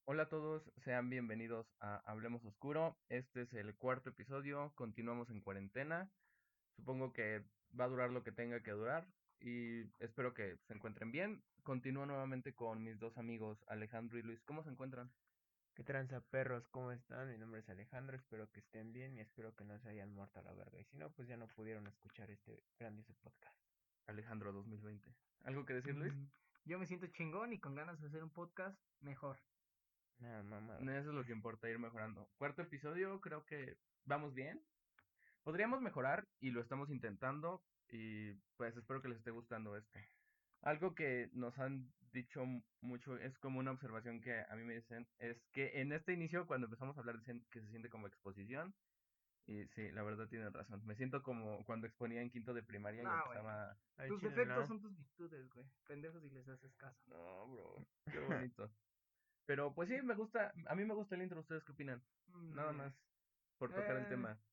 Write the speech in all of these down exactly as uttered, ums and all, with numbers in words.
Hola a todos, sean bienvenidos a Hablemos Oscuro. Este es el cuarto episodio, continuamos en cuarentena. Supongo que va a durar lo que tenga que durar y espero que se encuentren bien. Continúo nuevamente con mis dos amigos Alejandro y Luis. ¿Cómo se encuentran? ¿Qué tranza, perros? ¿Cómo están? Mi nombre es Alejandro, espero que estén bien y espero que no se hayan muerto a la verga. Y si no, pues ya no pudieron escuchar este grandioso podcast. Alejandro dos mil veinte. ¿Algo que decir, Luis? Mm, yo me siento chingón y con ganas de hacer un podcast mejor. Nada, No, mamadas. eso es lo que importa, ir mejorando. Cuarto episodio, creo que vamos bien. Podríamos mejorar y lo estamos intentando y pues espero que les esté gustando este. Algo que nos han dicho m- mucho es como una observación que a mí me dicen, es que en este inicio, cuando empezamos a hablar, dicen que se siente como exposición. Y sí, la verdad tienen razón. Me siento como cuando exponía en quinto de primaria y No, güey. empezaba. Ay, Tus chile, defectos no. son tus virtudes, güey. Pendejos si les haces caso. No, bro, qué bonito. Pero pues sí, me gusta, a mí me gusta el intro. ¿Ustedes qué opinan? Mm, Nada eh, más por tocar el eh, tema.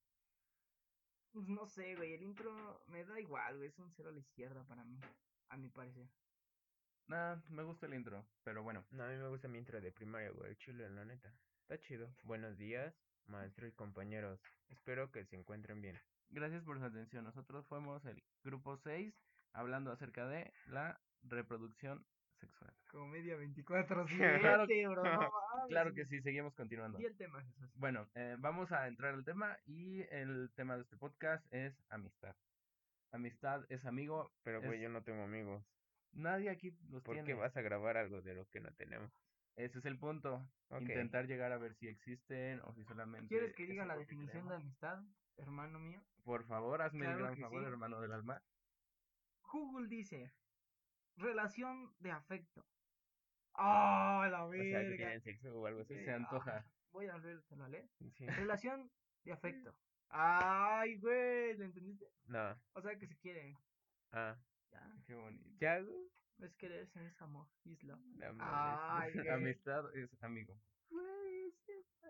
pues no sé, güey. El intro me da igual, güey. Es un cero a la izquierda para mí, a mi parecer. Nada, me gusta el intro, pero bueno. No, a mí me gusta mi intro de primaria, güey. Chile, la neta. Está chido. Buenos días, maestro y compañeros. Espero que se encuentren bien. Gracias por su atención. Nosotros fuimos el grupo seis hablando acerca de la reproducción sexual. Comedia veinticuatro Claro, siete, bro. No mames. claro que sí, seguimos Di continuando. el tema, Jesús. Bueno, eh, vamos a entrar al tema y el tema de este podcast es amistad. Amistad es amigo, Pero, güey, es yo no tengo amigos. nadie aquí los ¿Por qué tiene. vas a grabar algo de lo que no tenemos? Ese es el punto. Ok. Intentar llegar a ver si existen o si ¿Quieres solamente que es diga la algo que definición de creemos. amistad, hermano mío? Por favor, hazme el Claro gran que favor, sí. hermano del alma. Google dice, relación de afecto. ¡Ah, la O sea, que verga! tienen sexo o algo así. Se Güey, antoja. ah, voy a volvértelo a leer. Sí. Relación de afecto. ¡Ay, güey! ¿Lo entendiste? No. O sea que se quieren. Ah. Ya. Qué bonito. ¿Ya, güey? No es quererse, es amor. Islo. No mames. ¡Ay, güey! Amistad es amigo. Güey, sí,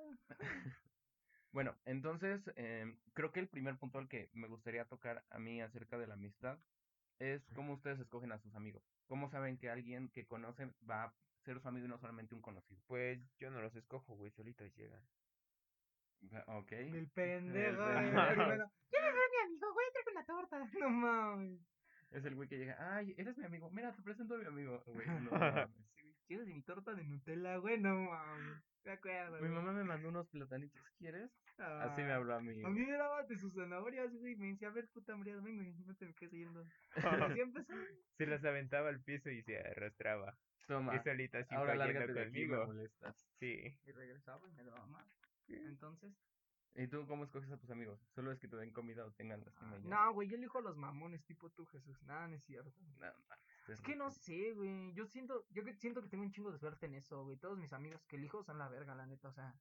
Bueno, entonces em, creo que el primer punto al que me gustaría tocar a mí acerca de la amistad es cómo ustedes escogen a sus amigos. ¿Cómo saben que alguien que conocen va a ser su amigo y no solamente un conocido? Pues yo no los escojo, güey, solitos llegan. Ah, ok. el El pendejo, güey. pendejo. Primero. ¿Quieres ser mi amigo? Voy a entrar con la torta. No mames. Es el güey que llega. Ay, eres mi amigo. Mira, te presento a mi amigo. Güey, no mames. Sí, güey, ¿quieres mi torta de Nutella, güey? No mames. Me acuerdo, Mi güey. mamá me mandó unos platanitos. ¿Quieres? Así me Ah, habló a mí, a mí güey. me daba de sus zanahorias, güey. Me decía, a ver, puta hambriada, ven, güey. No te me quedes yendo. Y así empezó. Se las aventaba al piso y se arrastraba. Y Toma. solita así Ahora fue yendo lárgate de aquí, me conmigo. molestas. Sí. Y regresaba y me daba más. Entonces, ¿Y tú cómo escoges a tus amigos? ¿Solo es que te den comida o tengan lástima ah, y ya? no, güey, yo elijo a los mamones, tipo tú, Jesús. Nada, no es cierto. No mames, Es es que no ridículo. sé, güey. Yo siento, yo que- siento que tengo un chingo de suerte en eso, güey. Todos mis amigos que elijo son la verga, la neta. O sea,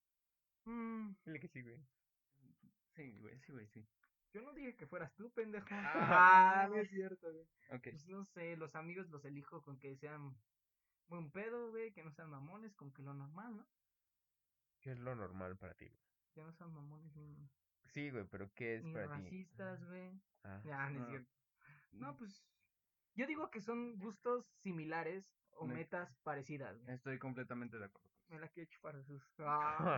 mm, Dile que sí, güey. Sí, güey, sí, güey, sí. yo no dije que fueras tú, pendejo. Ah, no Ah, es cierto, güey. ok. Pues no sé, los amigos los elijo con que sean buen pedo, güey, que no sean mamones, con que lo normal, ¿no? ¿Qué es lo normal para ti, güey? Que no sean mamones ni, Sí, güey, pero ¿qué es ni para ti? racistas, güey. Ah, Ya, no es No, cierto. No, pues yo digo que son gustos similares o me- metas parecidas, güey. estoy completamente de acuerdo con Me eso. la quiero chupar sus. Ah,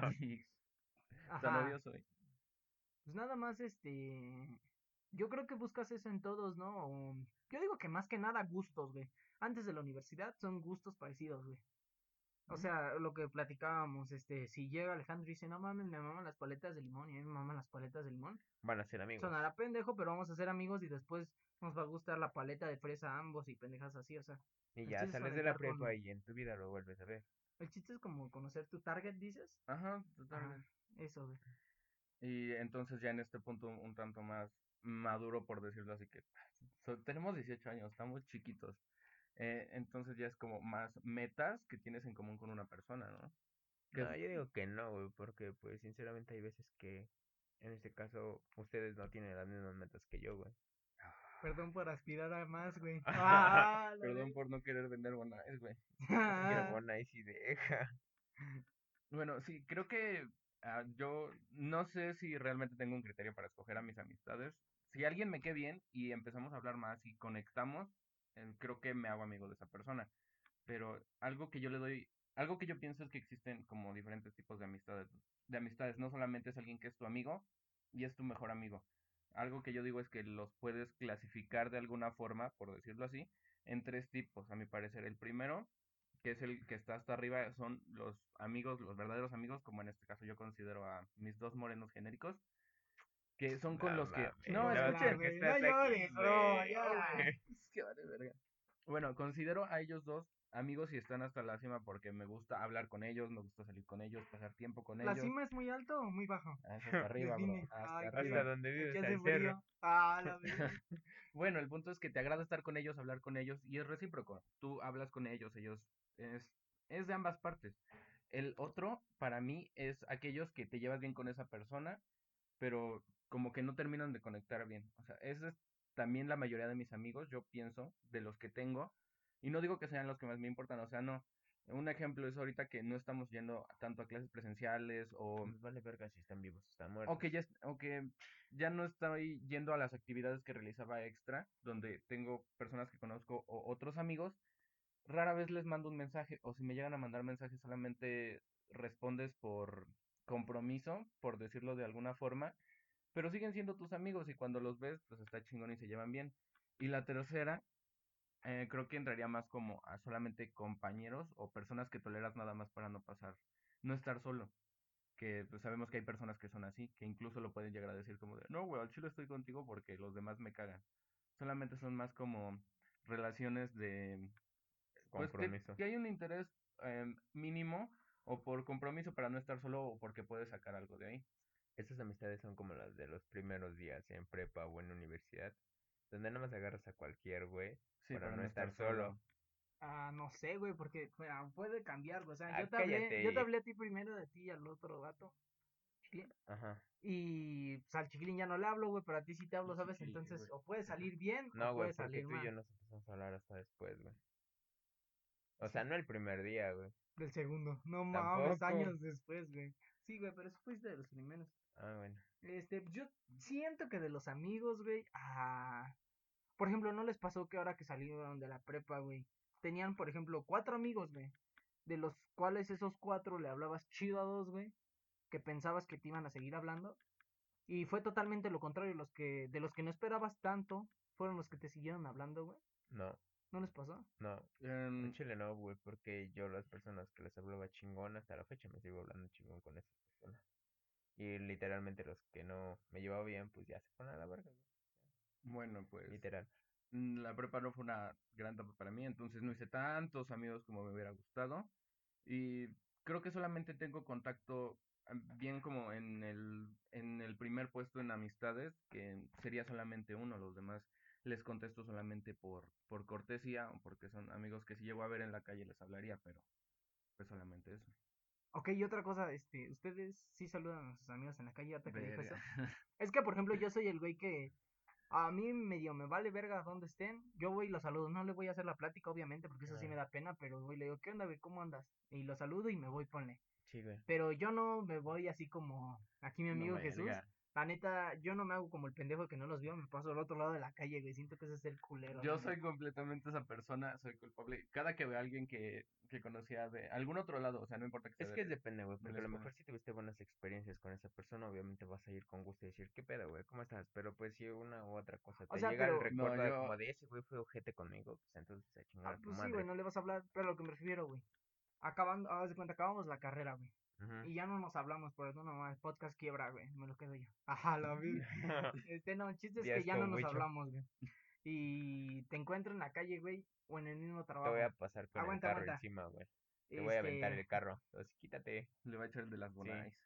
Tan ajá. odioso soy. Pues nada más, este. Yo creo que buscas eso en todos, ¿no? O- yo digo que más que nada gustos, güey. Antes de la universidad son gustos parecidos, güey. O Ujú. sea, lo que platicábamos, este, si llega Alejandro y dice, no mames, me maman las paletas de limón y a mí me maman las paletas de limón, Van a ser amigos. sonará pendejo, pero vamos a ser amigos y después nos va a gustar la paleta de fresa a ambos y pendejas así, o sea, Y el ya chiste es sales de la conectar prepa con, y en tu vida lo vuelves a ver. el chiste es como conocer tu target, dices, Ajá, ajá, totalmente. eso, güey. Y entonces ya en este punto un tanto más maduro, por decirlo así, que so- tenemos dieciocho años, estamos chiquitos. Eh, entonces ya es como más metas que tienes en común con una persona, ¿no? Que No, es, yo digo que no, güey, porque pues sinceramente hay veces que en este caso ustedes no tienen las mismas metas que yo, güey. Perdón por aspirar a más, güey. Ah, la perdón por no querer vender Bonais, güey. Es que el verga. Bonai sí deja. Bueno, sí, creo que ah, yo no sé si realmente tengo un criterio para escoger a mis amistades. Si alguien me cae bien y empezamos a hablar más y conectamos, eh, creo que me hago amigo de esa persona. Pero algo que yo le doy algo que yo pienso es que existen como diferentes tipos de amistades, de amistades, no solamente es alguien que es tu amigo y es tu mejor amigo. Algo que yo digo es que los puedes clasificar de alguna forma, por decirlo así, en tres tipos, a mi parecer. El primero, que es el que está hasta arriba, son los amigos, los verdaderos amigos, como en este caso yo considero a mis dos morenos genéricos, que son con No los que... mames, No, no, Ya, ¿por escuchen. qué güey, no estás aquí, llores, bro, güey? ya. Es que vale verga. Bueno, considero a ellos dos amigos y están hasta la cima porque me gusta hablar con ellos, me gusta salir con ellos, pasar tiempo con ¿La ellos. cima es muy alto o muy bajo? Ah, es hasta arriba, bro, Define. hasta Ay, ¿qué? Hasta arriba. donde Aquí vives hace hay cerro. frío. Ah, la verdad. Bueno, el punto es que te agrada estar con ellos, hablar con ellos y es recíproco. Tú hablas con ellos, ellos es es de ambas partes. El otro para mí es aquellos que te llevas bien con esa persona, pero como que no terminan de conectar bien. O sea, esa es también la mayoría de mis amigos, yo pienso, de los que tengo, y no digo que sean los que más me importan, o sea, no. Un ejemplo es ahorita que no estamos yendo tanto a clases presenciales o, Pues vale verga si están vivos o están o muertos. que ya, es- o que ya no estoy yendo a las actividades que realizaba extra, donde tengo personas que conozco o otros amigos, rara vez les mando un mensaje, o si me llegan a mandar mensajes solamente respondes por compromiso, por decirlo de alguna forma, pero siguen siendo tus amigos y cuando los ves, pues está chingón y se llevan bien. Y la tercera, eh, creo que entraría más como a solamente compañeros o personas que toleras nada más para no pasar, no estar solo. Que pues sabemos que hay personas que son así, que incluso lo pueden llegar a decir como de, no, güey, al chile estoy contigo porque los demás me cagan. Solamente son más como relaciones de, pues que, Compromiso. que hay un interés em, mínimo o por compromiso para no estar solo o porque puedes sacar algo de ahí. Estas amistades son como las de los primeros días en prepa o en universidad, donde nada más agarras a cualquier güey Sí, para para no no estar estar solo. solo. Ah, no sé, güey, porque mira, puede cambiar, güey. O sea, Ah, yo te hablé, yo te cállate. hablé a ti primero de ti y al otro vato. Chiquilín. Ajá. Y pues, al chiquilín ya no le hablo, güey, pero a ti sí te hablo, El ¿sabes? chiquilín, Entonces, güey. o puede salir bien o No, güey, puede porque salir tú y yo mal. nos empezamos a hablar hasta después, güey. O sea, Sí, no el primer día, güey. del segundo. No mames, Tampoco. años después, güey. Sí, güey, pero eso fuiste de los primeros. Ah, bueno. Este, yo siento que de los amigos, güey, ah, por ejemplo, ¿no les pasó que ahora que salieron de la prepa, güey, tenían, por ejemplo, cuatro amigos, güey, de los cuales esos cuatro le hablabas chido a dos, güey, que pensabas que te iban a seguir hablando, y fue totalmente lo contrario, los que, de los que no esperabas tanto, fueron los que te siguieron hablando, güey? No, ¿No les pasó? no. En Em, Chile no, güey, porque yo las personas que les hablaba chingón hasta la fecha me sigo hablando chingón con esas personas. Y literalmente los que no me llevaba bien, pues ya se ponen a la verga, güey. bueno, pues Literal. mm, la prepa no fue una gran etapa para mí, entonces no hice tantos amigos como me hubiera gustado. Y creo que solamente tengo contacto am, bien como en el, en el primer puesto en amistades, que sería solamente uno, los demás les contesto solamente por, por cortesía o porque son amigos que si llego a ver en la calle les hablaría, pero pues solamente eso. Ok, y otra cosa, este, ustedes sí saludan a sus amigos en la calle, ahorita que dijo Verga. eso. Es que, por ejemplo, yo soy el güey que a mí medio me vale verga donde estén. Yo voy y los saludo. No le voy a hacer la plática, obviamente, porque eso sí Ah, me da pena, pero voy y le digo, ¿qué onda, güey? ¿Cómo andas? Y lo saludo y me voy, ponle. sí, güey. Pero yo no me voy así como aquí mi No, amigo Jesús. verga. La neta, yo no me hago como el pendejo que no los vio, me paso al otro lado de la calle, güey. Siento que ese es el culero, la Yo soy neta. completamente esa persona, soy culpable. Cada que veo a alguien que, que conocía de algún otro lado, o sea, no importa que sea Es de, que depende, güey, de porque la a lo escuela. mejor si tuviste buenas experiencias con esa persona, obviamente vas a ir con gusto y decir, ¿qué pedo, güey? ¿Cómo estás? Pero pues si una u otra cosa O te sea, llega el pero, No, recuerdo de yo, como de ese güey fue ojete conmigo, pues entonces a chingar ah, a tu pues sí, güey, madre. no le vas a hablar, pero a lo que me refiero, güey. Acabando, haz de cuenta, acabamos la carrera, güey. Ujú. Y ya no nos hablamos, por eso no, el podcast quiebra, güey. Me lo quedo yo. Ajá, la virgen. Este, no, el chiste es que Días ya no con nos Wicho. hablamos, güey. Y te encuentro en la calle, güey, o en el mismo Te voy a trabajo. pasar con el Aguanta, carro aguanta. encima, güey. Te voy a aventar Este, el carro. Entonces quítate. le voy a echar el de las Sí. bonais.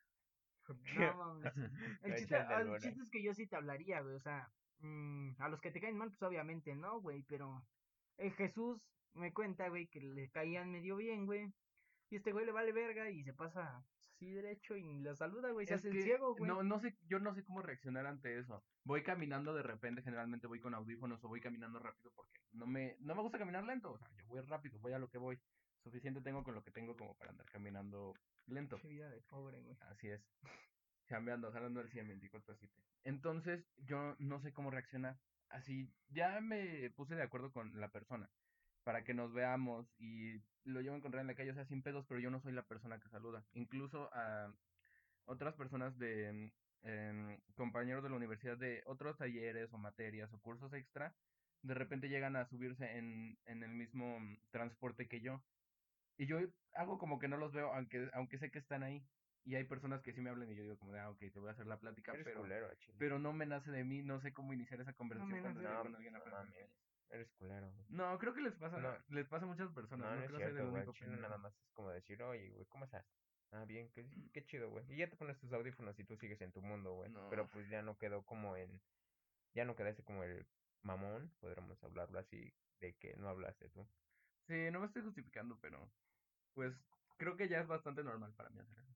no mames. Te El voy a chiste, echar el ah, del el Bonai. chiste es que yo sí te hablaría, güey. O sea, mm, a los que te caen mal, pues obviamente no, güey. Pero el Jesús me cuenta, güey, que le caían medio bien, güey. Y este güey le vale verga y se pasa así derecho y la saluda, güey. Se Es hace el que ciego, güey. no, no sé, yo no sé cómo reaccionar ante eso. Voy caminando de repente, generalmente voy con audífonos o voy caminando rápido porque no me, no me gusta caminar lento. O sea, yo voy rápido, voy a lo que voy. Suficiente tengo con lo que tengo como para andar caminando lento. Che vida de pobre, güey. Así es. Cambiando, jalando el cien veinticuatro siete. Entonces, yo no sé cómo reaccionar. Así, ya me puse de acuerdo con la persona. para que nos veamos y lo llevo a encontrar en la calle, o sea, sin pedos, pero yo no soy la persona que saluda. Incluso a otras personas de em, compañeros de la universidad de otros talleres o materias o cursos extra, de repente llegan a subirse en, en el mismo mm, transporte que yo. Y yo hago como que no los veo, aunque, aunque sé que están ahí. Y hay personas que sí me hablan y yo digo como de, ah, ok, te voy a hacer la plática, Eres pero, culero, a chile. pero no me nace de mí, no sé cómo iniciar esa No conversación me cuando nace estoy de No, con mí. alguien no apenas en mames. calles. Eres culero, güey. No, creo que les pasa, No, les pasa a muchas personas, no, no no es creo ser el cierto, güey. único Chile nada pendejo. más es como decir, oye, güey, ¿cómo estás? Ah, bien, qué, qué chido, güey. Y ya te pones tus audífonos y tú sigues en tu mundo, güey. No, Pero pues ya no quedó como en, ya no quedaste como el mamón, podríamos hablarlo así, de que no hablaste tú. sí, no me estoy justificando, pero pues creo que ya es bastante normal para mí hacer eso.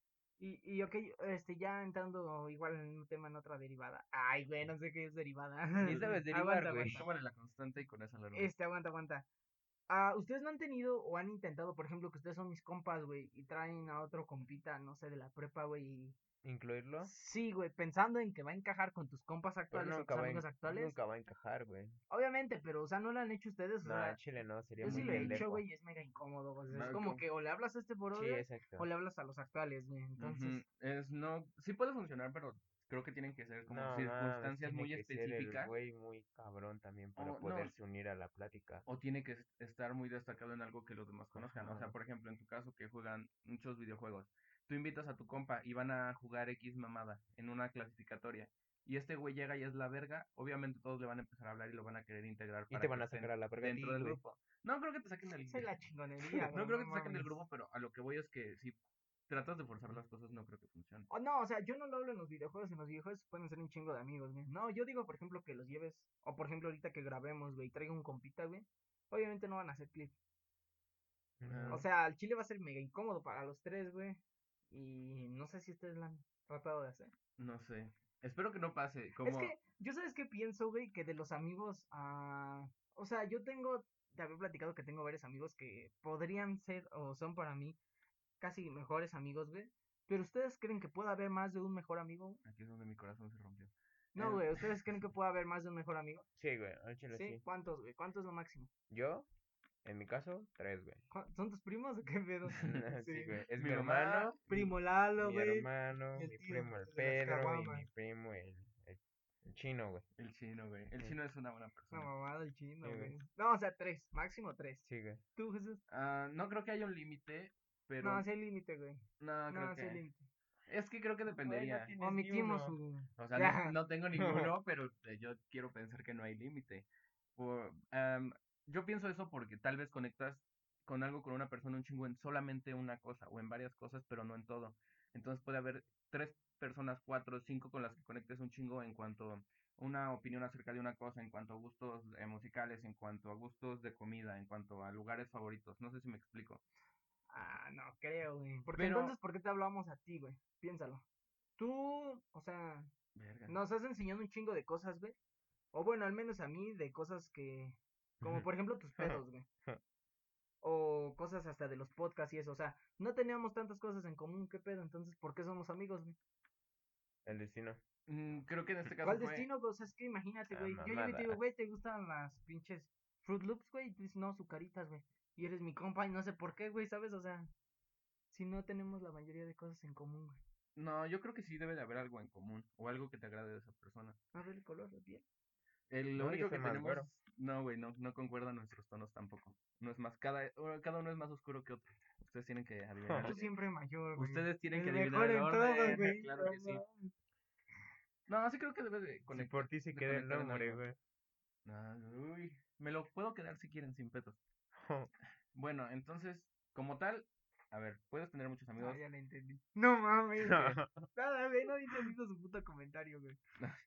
Y, y ok, este, ya entrando igual en un tema en otra derivada. Ay, güey, no sé qué es derivada. Ni sabes derivar, Aguanta, güey. aguanta. Tómale la constante y con esa largo. Este, aguanta, aguanta. Ah, ¿ustedes no han tenido o han intentado, por ejemplo, que ustedes son mis compas, güey, y traen a otro compita, no sé, de la prepa, güey, y... Incluirlo, Sí, güey, pensando en que va a encajar con tus compas pero actuales o nunca tus va, amigos en- actuales? nunca va a encajar, güey. Obviamente, pero, o sea, no lo han hecho ustedes, o No, en sea, Chile no, sería yo sí muy lo he hecho, pendejo. güey, y es mega incómodo, o sea, es Va, como como- que o le hablas a este Sí, brother o exacto. le hablas a los actuales, güey, entonces... Ujú, es no, sí puede funcionar, pero creo que tienen que ser como No mames, circunstancias tiene muy que ser el específicas güey muy cabrón también para o no, poderse unir a la plática. o tiene que es- estar muy destacado en algo que los demás conozcan. O sea, Ajá. por ejemplo, en tu caso que juegan muchos videojuegos, tú invitas a tu compa y van a jugar X mamada en una clasificatoria y este güey llega y es la verga, obviamente todos le van a empezar a hablar y lo van a querer integrar Y te para que van a sacar estén a la verga a dentro ti, del güey. grupo. No creo que te saquen del Soy la chingonería, no güey, creo no que te saquen del mames. grupo, pero a lo que voy es que si tratas de forzar las cosas no creo que funcione. O no, o sea, yo no lo hablo en los videojuegos, en los videojuegos pueden ser un chingo de amigos, güey. No, yo digo, por ejemplo, que los lleves, o por ejemplo, ahorita que grabemos, güey, y traiga un compita, güey. Obviamente no van a hacer clip. O Ah, Ujú. sea, el chile va a ser mega incómodo para los tres, güey. Y no sé si ustedes lo han tratado de hacer. no sé. Espero que no pase. Es Como que, yo sabes qué pienso, güey, que de los amigos, ah, o sea, yo tengo, te había platicado que tengo varios amigos que podrían ser o son para mí casi mejores amigos, güey. Pero ustedes creen que pueda haber más de un mejor amigo, güey? aquí es donde mi corazón se rompió. No, Em, güey, ¿ustedes creen que pueda haber más de un mejor amigo? Sí, güey, al chile ¿Sí? sí. ¿Cuántos, güey? ¿Cuánto es lo máximo? Yo, en mi caso, tres, güey. ¿Cu- ¿Son tus primos o qué pedo? Sí, Sí. güey. Es mi mi mamá, hermano, Primo Lalo, mi güey. hermano, Y el mi tío, primo el el de las Pedro y mi caguamas. primo el, el, el chino, güey. el chino, güey. El Sí, chino es una buena Una persona. mamada el sí, chino, güey. güey. No, o sea, tres. Máximo tres. Sí, güey. ¿Tú, Jesús? Ah, no creo que haya un límite, No, pero sí hay límite, güey. no creo No, sí hay que. límite. Es que creo que Güey, no dependería. tienes ni Omitimos uno. su... O sea, no, Ya. no tengo ninguno, pero eh, yo quiero pensar que no hay límite. Por, am, yo pienso eso porque tal vez conectas con algo con una persona un chingo en solamente una cosa o en varias cosas, pero no en todo. Entonces puede haber tres personas, cuatro, cinco con las que conectes un chingo en cuanto a una opinión acerca de una cosa, en cuanto a gustos eh, musicales, en cuanto a gustos de comida, en cuanto a lugares favoritos. No sé si me explico. Ah, no creo, güey. Porque Pero, entonces, ¿por qué te hablamos a ti, güey? Piénsalo. Tú, o sea, verga. nos has enseñado un chingo de cosas, güey. O bueno, al menos a mí, de cosas que... Como por ejemplo tus pedos, güey. O cosas hasta de los podcasts y eso. O sea, no teníamos tantas cosas en común, ¿qué pedo? Entonces, ¿por qué somos amigos, güey? El destino. Mm, creo que en este caso ¿Cuál fue. destino, güey? O sea, es que imagínate, Ah, güey. Yo llego y te digo, mamadas. güey, ¿te gustan las pinches Fruit Loops, güey? Y tú dices, no, sucaritas, güey. Y eres mi compa y no sé por qué, güey, ¿sabes? O sea, si no tenemos la mayoría de cosas en común, güey. No, yo creo que sí debe de haber algo en común o algo que te agrade de esa persona. A ver el color de piel. El, lo No, yo único soy que más tenemos, güero. no, güey, no, no concuerdan nuestros tonos tampoco. No es más, cada, o- cada uno es más oscuro que otro. Ustedes tienen que adivinar. Tú siempre mayor, güey. Ustedes tienen que El adivinar mejor el en todo, orden. güey. Claro que No sí. mames. No, sí creo que debe de Si conectar, por ti se de queda el conectar en nombre, algo. güey. Ah, uy, me lo puedo quedar si quieren sin petos. Bueno, entonces, como tal, a ver, puedes tener muchos Ah, amigos. ya la entendí. No mames. que, Nada, güey, no había entendido su puto comentario, güey.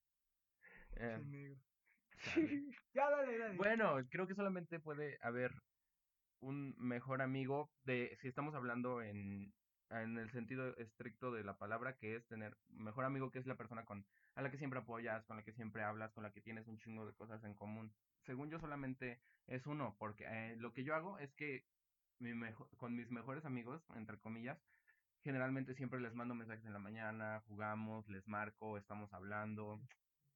eh, Che negro. chale. Ya, dale, dale. Bueno, creo que solamente puede haber un mejor amigo de, si estamos hablando en, en el sentido estricto de la palabra, que es tener mejor amigo, que es la persona con, a la que siempre apoyas, con la que siempre hablas, con la que tienes un chingo de cosas en común. Según yo solamente es uno, porque eh, lo que yo hago es que mi mejo- con mis mejores amigos, entre comillas, generalmente siempre les mando mensajes en la mañana, jugamos, les marco, estamos hablando.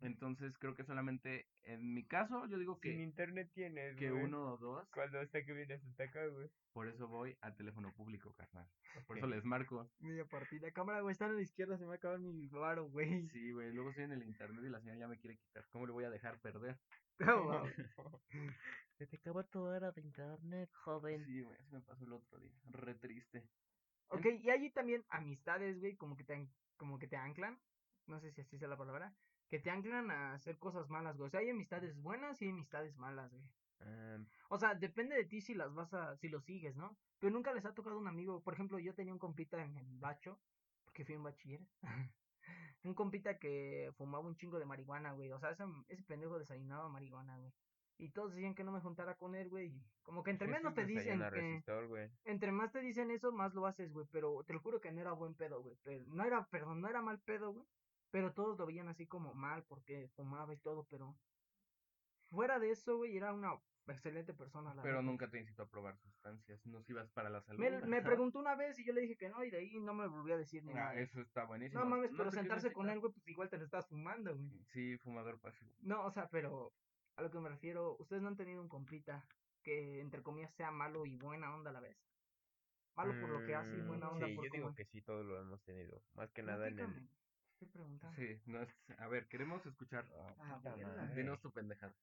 Entonces creo que solamente en mi caso yo digo Sin que, internet tienes, que güey. uno o dos. Cuando hasta que vienes hasta acá, güey. Por eso voy al teléfono público, carnal. Por Ok. eso les marco. Media partida. Cámara, güey, está a la izquierda, se me va a acabar mi varo, güey. Sí, güey. Luego estoy en el internet y la señora ya me quiere quitar. ¿Cómo le voy a dejar perder? No, mames. Se te acabó tu hora de internet, joven. Sí, güey. Así me pasó el otro día. Re triste. Ok, y hay también amistades, güey, como que te, an- como que te anclan. No sé si así sea la palabra. Que te anclan a hacer cosas malas, güey. O sea, hay amistades buenas y hay amistades malas, güey. Ah, O sea, depende de ti si las vas a, si lo sigues, ¿no? Pero nunca les ha tocado un amigo. Por ejemplo, yo tenía un compita en el bacho, porque fui un bachiller. Un compita que fumaba un chingo de marihuana, güey. O sea, ese, ese pendejo desayunaba marihuana, güey. Y todos decían que no me juntara con él, güey. y Como que entre Jesús menos te dicen desayuna que, resistor, güey. entre más te dicen eso, más lo haces, güey. Pero te lo juro que no era buen pedo, güey. Pero no era, perdón, no era mal pedo, güey. Pero todos lo veían así como mal porque fumaba y todo. Pero fuera de eso, güey, era una excelente persona, la Pero neta. nunca te incitó a probar sustancias. No si ibas para la Me, salud. me Ajá. preguntó una vez y yo le dije que no, y de ahí no me volvió a decir ni Ah, madre. eso está No buenísimo. mames, No pero te quiso sentarse con incitar. él, güey, pues igual te lo estás fumando, güey. Sí, fumador pasivo. No, o sea, pero a lo que me refiero, ustedes no han tenido un compita que, entre comillas, sea malo y buena onda a la vez. Malo por lo que hace y buena Mm, onda sí, por yo cómo digo es. que sí, todos lo hemos tenido. Más que nada en el... Platícame, estoy preguntando. Sí, no es... A ver, queremos escuchar. Oh, Ah, puta verga. madre. Dinos tu pendejada.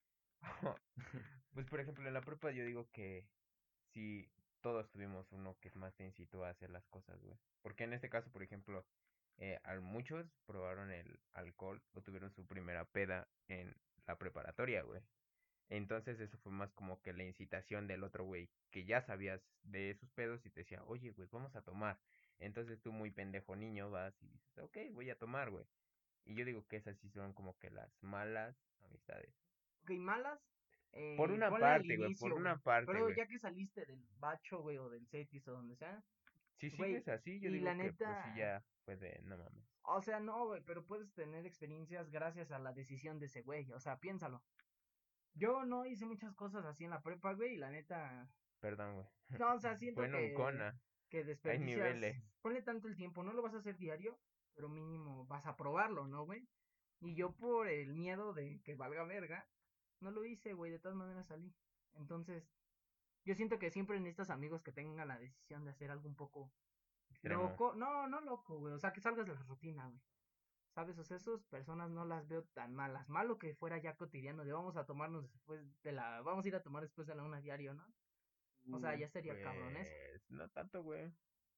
Pues por ejemplo, en la prepa yo digo que sí, todos tuvimos uno que más te incitó a hacer las cosas, güey. Porque en este caso, por ejemplo, eh, a muchos probaron el alcohol o tuvieron su primera peda en la preparatoria, güey. Entonces eso fue más como que la incitación del otro güey, que ya sabías de esos pedos y te decía, oye, güey, vamos a tomar. Entonces tú muy pendejo niño vas y dices, ok, voy a tomar, güey. Y yo digo que esas sí son como que las malas amistades. Ok, malas, Por eh, una ponle al parte, güey, por inicio, güey. una parte, Pero güey. ya que saliste del bacho, güey, o del Cetis o donde sea, Si güey, sigues así, yo y la digo que pues sí neta, ya fue de, no mames. o sea, no, güey, pero puedes tener experiencias gracias a la decisión de ese güey, o sea, piénsalo. Yo no hice muchas cosas así en la prepa, güey, y la neta, Perdón, güey. no, o sea, Fue siento en un que, cona. que Hay desperdicias, niveles. ponle tanto el tiempo, no lo vas a hacer diario, pero mínimo vas a probarlo, ¿no, güey? Y yo por el miedo de que valga verga, no lo hice, güey, de todas maneras salí. Entonces, yo siento que siempre necesitas amigos que tengan la decisión de hacer algo un poco Extremo. loco, no, no loco, güey, o sea, que salgas de la rutina, güey. ¿Sabes? O sea, esas personas no las veo tan malas. Malo que fuera ya cotidiano de vamos a tomarnos después de la, vamos a ir a tomar después de la una diario, ¿no? O sea, Mm, ya sería cabrón eso. Pues no tanto, güey.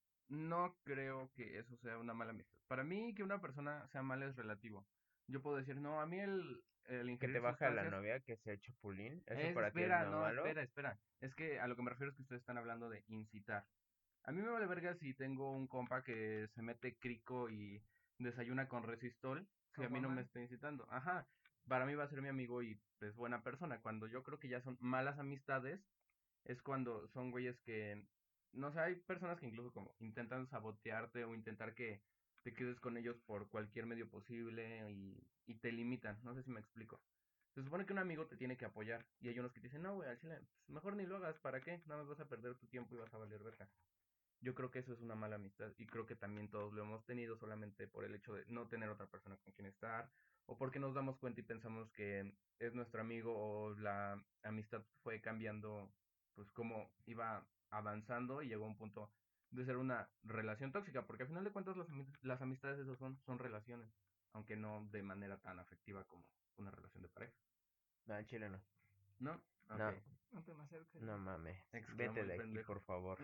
No creo que eso sea una mala amistad. Para mí, que una persona sea mala es relativo. Yo puedo decir, no, a mí el, el Que te ingerir baja la sustancias novia, que sea chapulín. ¿Eso es, para ti es espera, no no, malo? espera, espera. Es que a lo que me refiero es que ustedes están hablando de incitar. A mí me vale verga si tengo un compa que se mete crico y desayuna con resistol, si a mí no me Caguama. está incitando. Ajá, para mí va a ser mi amigo y es buena persona. Cuando yo creo que ya son malas amistades, es cuando son güeyes que, no sé, hay personas que incluso como intentan sabotearte o intentar que te quedes con ellos por cualquier medio posible y, y te limitan. No sé si me explico. Se supone que un amigo te tiene que apoyar y hay unos que te dicen, no, güey, al chile, pues mejor ni lo hagas, ¿para qué? Nada más vas a perder tu tiempo y vas a valer verga. Yo creo que eso es una mala amistad y creo que también todos lo hemos tenido solamente por el hecho de no tener otra persona con quien estar o porque nos damos cuenta y pensamos que es nuestro amigo o la amistad fue cambiando pues como iba avanzando y llegó a un punto de ser una relación tóxica, porque al final de cuentas las, ami- las amistades eso son, son relaciones, aunque no de manera tan afectiva como una relación de pareja. No, al chile no. ¿No? Ok, No, No te me acerques, no güey. mames. exclamó Vete el de aquí, pendejo. por favor.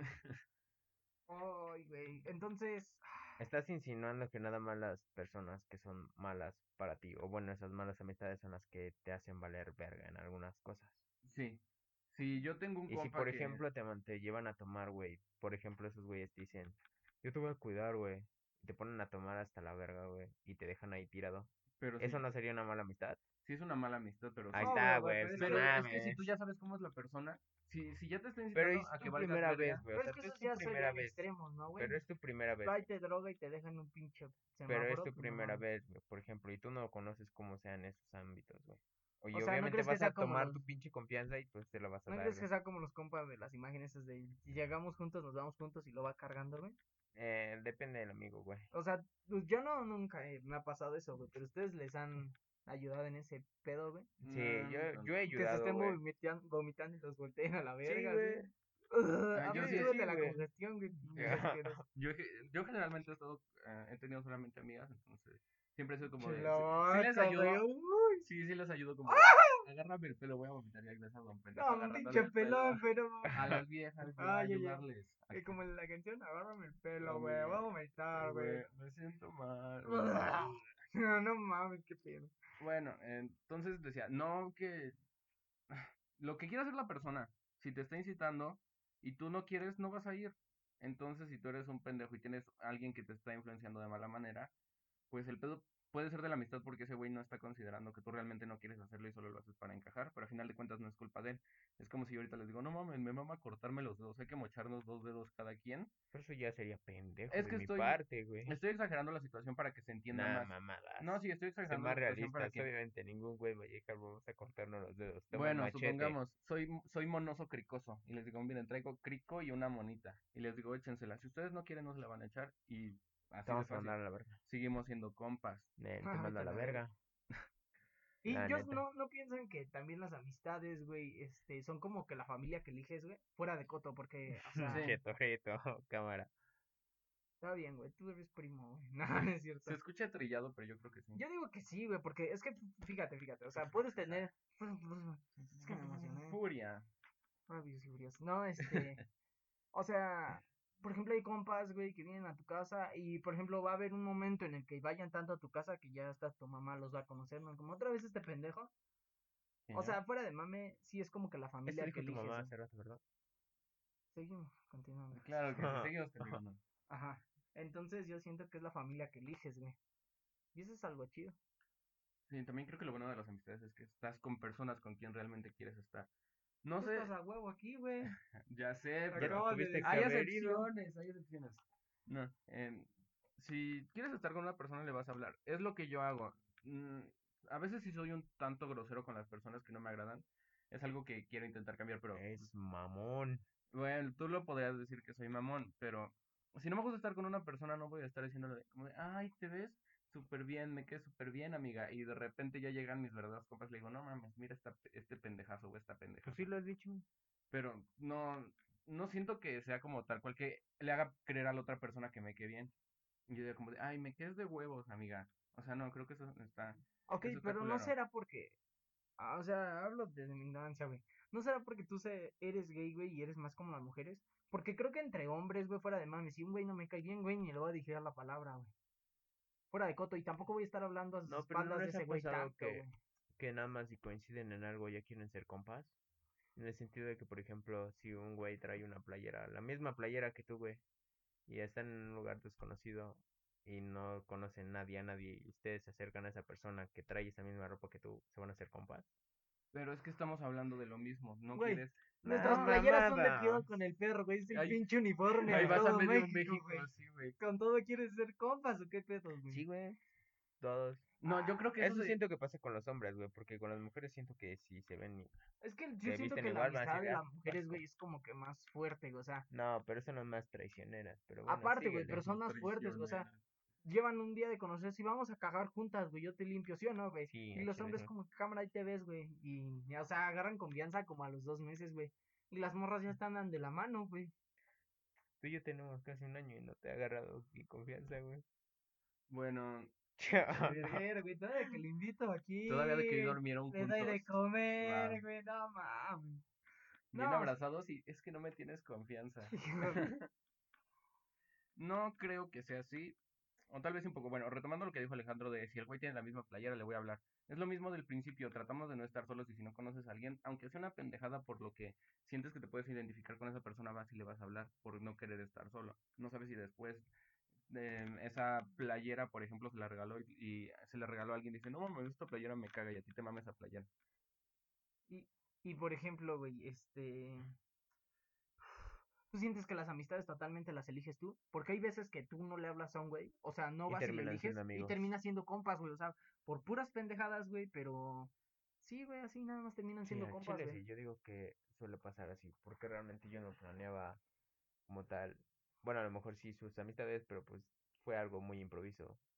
Ay, güey. Entonces, Estás insinuando que nada más las personas que son malas para ti, o bueno, esas malas amistades son las que te hacen valer verga en algunas cosas. Sí, si yo tengo un Y si, compa por que... ejemplo, te, man- te llevan a tomar, güey, por ejemplo, esos güeyes te dicen, yo te voy a cuidar, güey, y te ponen a tomar hasta la verga, güey, y te dejan ahí tirado. Pero ¿Eso si no sería una mala amistad? sí es una mala amistad, pero Ahí sí. está, obvio, güey, güey, pero pues es no que, Pero es que si tú mames. ya sabes cómo es la persona, si, si ya te está Pero incitando es a que tu valgas primera vez, verga, güey, o pero es sea, que tú es esos tu ya primera serían vez, extremos, ¿no, güey? pero es tu primera vez. Va y te droga y te dejan en un pinche Pero es semáforo, tu pues no primera mames. vez, güey, por ejemplo, y tú no conoces cómo sean esos ámbitos, güey. O Oye, sea, ¿no obviamente crees que vas a sea como tomar los, tu pinche confianza y pues te lo vas a no dar, crees que güey. sea como los compas de las imágenes esas de si llegamos juntos, nos vamos juntos y lo va cargando, güey? Eh, depende del amigo, güey. O sea, pues yo no nunca eh, me ha pasado eso, güey, pero ustedes les han ayudado en ese pedo, güey. Sí, No, yo, no yo he tanto. Que se ayudado, estén güey. vomitando, vomitando y los volteen a la Sí, verga, güey. así. Ah, A yo mí sí, estuve sí, de la güey. congestión, güey. Pinche asqueroso. Yo, ge- yo generalmente he estado, eh, he tenido solamente amigas, entonces siempre he sido como Che, de, la sí, sí les vaca, güey. ayudo, Uy. sí, sí les ayudo como, agárrame el pelo, voy a vomitar y ahí ves a don pendejo No, agarrándole pinche el pelo pelón, pero. a las viejas, yo a Ay, ay, ay. ayudarles. Es como en la canción, agárrame el pelo, Hombre, güey. Vamos a vomitar, güey. güey, me siento mal, güey. No, no mames, qué pedo. Bueno, entonces decía, no que lo que quiera hacer la persona, si te está incitando y tú no quieres, no vas a ir. Entonces, si tú eres un pendejo y tienes a alguien que te está influenciando de mala manera, pues el pedo puede ser de la amistad porque ese güey no está considerando que tú realmente no quieres hacerlo y solo lo haces para encajar, pero a final de cuentas no es culpa de él. Es como si yo ahorita les digo, no mames, me mama cortarme los dedos, hay que mocharnos dos dedos cada quien. Pero eso ya sería pendejo Es de que mi estoy, parte, güey. estoy exagerando la situación para que se entienda Nah, más. mamadas. No, sí, estoy Sé exagerando más la situación para realistas. que... Obviamente ningún güey va a llegar, vamos a cortarnos los dedos. Toma el Bueno, machete. supongamos, soy, soy monoso cricoso y les digo, miren, traigo crico y una monita y les digo, échensela. Si ustedes no quieren, no se la van a echar y Te así de vamos a fácil. mandar a la verga. Seguimos siendo compas. Nen, te Ah, mando vete a a la la verga. verga. Y La yo neta. no, no piensan que también las amistades, güey, este, son como que la familia que eliges, güey, fuera de coto, porque, o sea, Sí. Cheto, cheto, cámara. está bien, güey, tú eres primo, güey. No, no es Se cierto. escucha trillado, pero yo creo que sí. Yo digo que sí, güey, porque es que, fíjate, fíjate, o sea, puedes tener, es que me emocioné. Furia. Rápidos y Furiosos. No, este, o sea, por ejemplo, hay compas, güey, que vienen a tu casa y, por ejemplo, va a haber un momento en el que vayan tanto a tu casa que ya hasta tu mamá los va a conocer, ¿no? Como otra vez este pendejo. O sea, fuera de mame, sí es como que la Esto familia que dijo tu eliges, mamá güey. hace rato, ¿verdad? Seguimos, continuando. Claro que sí, seguimos continuando. Ajá. Entonces yo siento que es la familia que eliges, güey. Y eso es algo chido. Sí, también creo que lo bueno de las amistades es que estás con personas con quien realmente quieres estar. No Tú sé, estás a huevo aquí, güey. ya sé, Te Ya pero te acabas de tuviste que hay decir. haber ido. excepciones, hay excepciones. No, em, si quieres estar con una persona le vas a hablar. Es lo que yo hago. Mm, a veces sí soy un tanto grosero con las personas que no me agradan. Es algo que quiero intentar cambiar, pero Es mamón. bueno, tú lo podrías decir que soy mamón, pero si no me gusta estar con una persona, no voy a estar diciéndole como de, ay, ¿te ves? Súper bien, me quedé súper bien, amiga. Y de repente ya llegan mis verdaderos compas, le digo, no mames, mira esta, este pendejazo o esta Pues sí pendejaza. lo has dicho. Pero no, no siento que sea como tal cual que le haga creer a la otra persona que me quede bien. Y yo digo como de, ay, me quedes de huevos, amiga. O sea, no, creo que eso está, Ok, eso está pero no culero. será porque. Ah, o sea, hablo desde mi ignorancia, güey. ¿No será porque tú se, eres gay, güey, y eres más como las mujeres? Porque creo que entre hombres, güey, fuera de mames, si un güey no me cae bien, güey, ni le voy a dirigir la palabra, güey. Fuera de coto, y tampoco voy a estar hablando a sus No, pero ¿no espaldas de les ha ese güey pasado tanto, que, güey. que nada más si coinciden en algo ya quieren ser compas? En el sentido de que, por ejemplo, si un güey trae una playera, la misma playera que tú, güey, y está en un lugar desconocido y no conocen nadie a nadie y ustedes se acercan a esa persona que trae esa misma ropa que tú, ¿se van a hacer compas? Pero es que estamos hablando de lo mismo, no Güey, quieres... Nah, nuestras playeras son de cuidado mamadas. con el perro, güey. Es el Ahí, pinche uniforme ahí de vas a todo medio México, México, güey. sí, güey. Con todo quieres ser compas o qué pedos, güey. Sí, güey, todos. No, yo creo que eso Eso se... siento que pasa con los hombres, güey, porque con las mujeres siento que si se ven y Es que yo se siento visten que la igual van a amistad decir, de ah, las vas mujeres, güey, com-". es como que más fuerte, güey. O sea, No, pero son las más traicioneras, pero bueno, aparte, güey, pero síguele. son más fuertes, güey. O sea, llevan un día de conocerse y vamos a cagar juntas, güey. Yo te limpio, ¿sí o no, güey? Sí, Y a los chile hombres, sí. como que cámara, ahí te ves, güey. Y, ya, o sea, agarran confianza como a los dos meses, güey. Y las morras ya están dando de la mano, güey. Tú y yo tenemos casi un año y no te he agarrado mi confianza, güey. Bueno, Verguero, güey, todavía que le invito aquí. todavía de que dormieron Le doy de juntos. comer, Wow. güey, no mames. Bien No, abrazados y es que no me tienes confianza. No creo que sea así. O tal vez un poco, bueno, retomando lo que dijo Alejandro de si el güey tiene la misma playera, le voy a hablar. Es lo mismo del principio, tratamos de no estar solos y si no conoces a alguien, aunque sea una pendejada por lo que sientes que te puedes identificar con esa persona, vas y le vas a hablar por no querer estar solo. No sabes si después de esa playera, por ejemplo, se la regaló y, y se la regaló a alguien y dice, no mames, esta playera me caga y a ti te mames esa playera. y, y por ejemplo, güey, este. ¿Tú sientes que las amistades totalmente las eliges tú? Porque hay veces que tú no le hablas a un güey, o sea, no Y vas y le terminan eliges siendo y amigos. terminas siendo compas, güey, o sea, por puras pendejadas, güey, pero sí, güey, así nada más terminan Sí, siendo al compas, chile güey. sí, yo digo que suele pasar así, porque realmente yo no planeaba como tal. Bueno, a lo mejor sí sus amistades, pero pues fue algo muy improviso.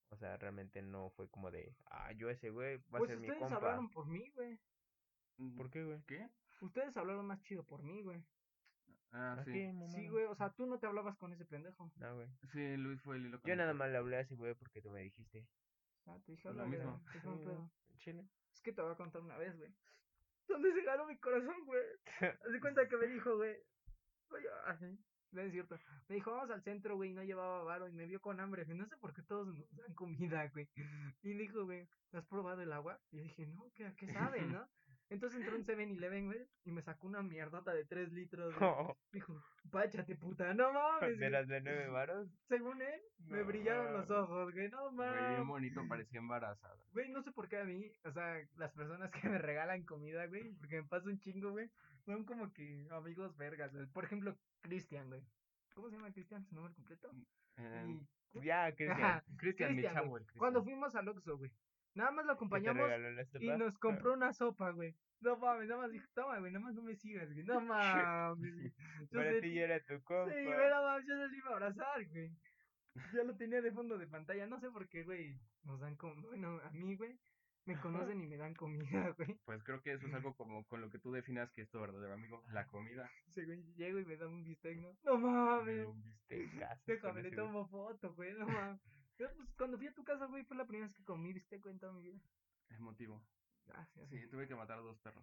O sea, realmente no fue como de, ah, yo ese güey va a Pues ser mi ustedes compa. hablaron por mí, güey. ¿Por qué, güey? ¿Qué? Ustedes hablaron más chido por mí, güey. Ah, ¿A sí. qué, Sí, mamá? güey, o sea, tú no te hablabas con ese pendejo. No, güey. Sí, Luis fue el hilo Yo nada conductor. más le hablé a ese güey porque tú me dijiste. Ah, te dije, Lo hola, mismo. ¿qué Sí, fue un pedo? chile. Es que te voy a contar una vez, güey. ¿Dónde se ganó mi corazón, güey? Haz de cuenta que me dijo, güey. Oye, así. No es cierto. Me dijo, vamos al centro, güey. Y no llevaba varo y me vio con hambre. No sé por qué todos nos dan comida, güey. Y dijo, güey, ¿has probado el agua? Y yo dije, no, ¿qué, ¿a qué sabe, no? Entonces entró un seven eleven, güey. Y me sacó una mierdota de tres litros, güey. Dijo, páchate, puta. No mames, ¿De güey. las de nueve varos? Según él, me brillaron los No. ojos, güey. No Güey, bien mames. bonito, parecía embarazada. Güey, no sé por qué a mí, o sea, las personas que me regalan comida, güey, porque me pasa un chingo, güey, son como que amigos vergas, güey. Por ejemplo, Cristian, güey. ¿Cómo se llama Cristian? ¿Su nombre completo? Eh, Y... Ya, Cristian. Ajá, Cristian, mi Cristian, güey. chavo, el Cuando Cristian. fuimos al Oxxo, güey. Nada más lo ¿Qué te acompañamos regaló la y sopa? nos compró una sopa, güey. No mames, nada más dijo, toma, güey, nada más no me sigas, güey. No mames, güey. Yo Para ti sentí... ya era tu Sí, compa. güey, nada más, yo se lo iba a abrazar, güey. Ya lo tenía de fondo de pantalla, no sé por qué, güey. Nos dan como, bueno, a mí, güey, me conocen y me dan comida, güey. Pues creo que eso es algo como con lo que tú definas que es tu verdadero amigo, la comida. Ese güey llego y me dan un bistec, ¿no? No Me mames, viste casas con déjame, le ese güey. tomo foto, güey, no mames. Pero pues cuando fui a tu casa, güey, fue la primera vez que comí bistec, güey, en toda mi vida. Emotivo. Gracias, Sí, güey. tuve que matar a dos perros.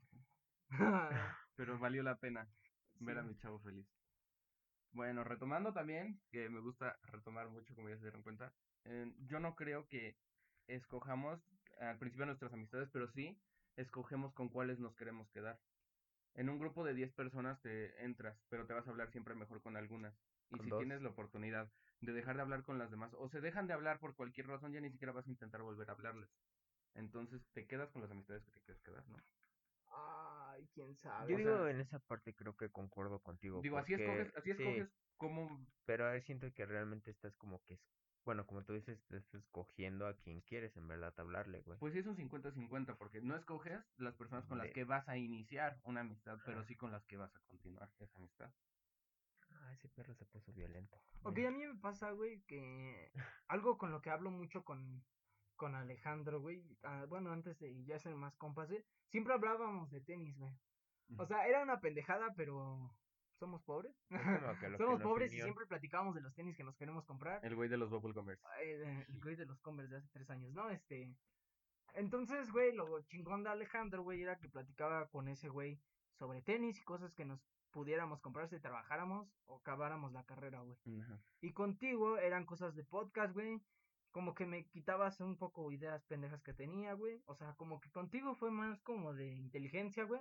Pero valió la pena ver Sí. a mi chavo feliz. Bueno, retomando también, que me gusta retomar mucho, como ya se dieron cuenta, eh, yo no creo que escojamos al principio nuestras amistades, pero sí escogemos con cuáles nos queremos quedar. En un grupo de diez personas te entras, pero te vas a hablar siempre mejor con algunas. Y Con si dos. tienes la oportunidad de dejar de hablar con las demás, o se dejan de hablar por cualquier razón, ya ni siquiera vas a intentar volver a hablarles. Entonces te quedas con las amistades que te quieres quedar, ¿no? Ay, quién sabe. Yo O sea, digo, en esa parte creo que concuerdo contigo, digo, así escoges, porque así sí, escoges cómo. pero ahí siento que realmente estás como que, es- bueno, como tú dices, estás escogiendo a quien quieres en verdad hablarle, güey. Pues sí es un cincuenta-cincuenta, porque no escoges las personas con las De, que vas a iniciar una amistad, pero sí con las que vas a continuar esa amistad. ah, ese perro se puso violento. Ok, Bueno, a mí me pasa, güey, que algo con lo que hablo mucho con, con Alejandro, güey. Ah, bueno, antes de ya ser más compas, güey. Siempre hablábamos de tenis, güey. O sea, era una pendejada, pero somos pobres. es como que lo que Somos nos pobres y unió. siempre platicábamos de los tenis que nos queremos comprar. El güey de los Bubblegumers. El, el güey de los Converse de hace tres años, ¿no? Este. Entonces, güey, lo chingón de Alejandro, güey, era que platicaba con ese güey sobre tenis y cosas que nos pudiéramos comprar si trabajáramos o acabáramos la carrera, güey. Ajá. Y contigo eran cosas de podcast, güey. Como que me quitabas un poco ideas pendejas que tenía, güey. O sea, como que contigo fue más como de inteligencia, güey.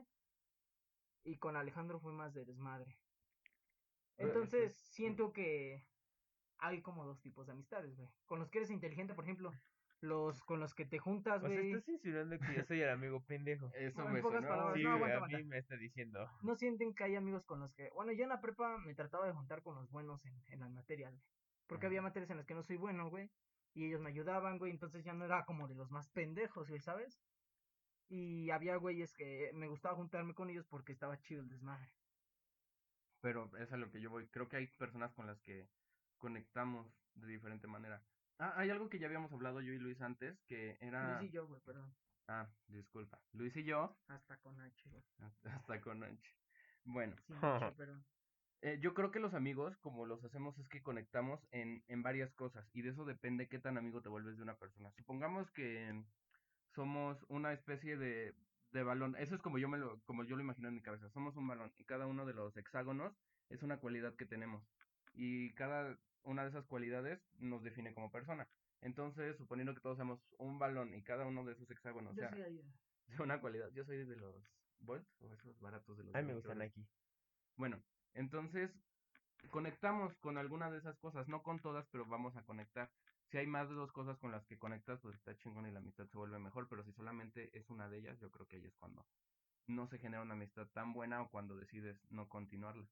Y con Alejandro fue más de desmadre. Puede ser. Entonces, siento que hay como dos tipos de amistades, güey. Con los que eres inteligente, por ejemplo, los con los que te juntas, O sea, güey. estás insinuando que yo soy el amigo pendejo. Eso En me pocas sonó. palabras, Sí, no, güey, aguanta, a mí aguanta. me está diciendo. No sienten que hay amigos con los que. Bueno, yo en la prepa me trataba de juntar con los buenos en, en las materias, güey. Porque había Ajá. materias en las que no soy bueno, güey. Y ellos me ayudaban, güey. Entonces ya no era como de los más pendejos, güey, ¿sabes? Y había güeyes que me gustaba juntarme con ellos porque estaba chido el desmadre. Pero es a lo que yo voy. Creo que hay personas con las que conectamos de diferente manera. Ah, hay algo que ya habíamos hablado yo y Luis antes, que Luis era. y yo, güey, perdón. Ah, disculpa. Luis y yo, Hasta con H, güey. hasta con H. Bueno, Sin H, perdón. eh, yo creo que los amigos, como los hacemos, es que conectamos en, en varias cosas. Y de eso depende qué tan amigo te vuelves de una persona. Supongamos que somos una especie de, de balón. Eso es como yo me lo, como yo lo imagino en mi cabeza. Somos un balón y cada uno de los hexágonos es una cualidad que tenemos. Y cada una de esas cualidades nos define como persona. Entonces, suponiendo que todos somos un balón y cada uno de esos hexágonos, o Yo sea, soy ahí. es una cualidad. Yo soy de los Volt o esos baratos de los A de mí me veinte gustan dólares. aquí. Bueno, entonces conectamos con alguna de esas cosas, no con todas, pero vamos a conectar. Si hay más de dos cosas con las que conectas, pues está chingón y la amistad se vuelve mejor, pero si solamente es una de ellas, yo creo que ahí es cuando no se genera una amistad tan buena o cuando decides no continuarla.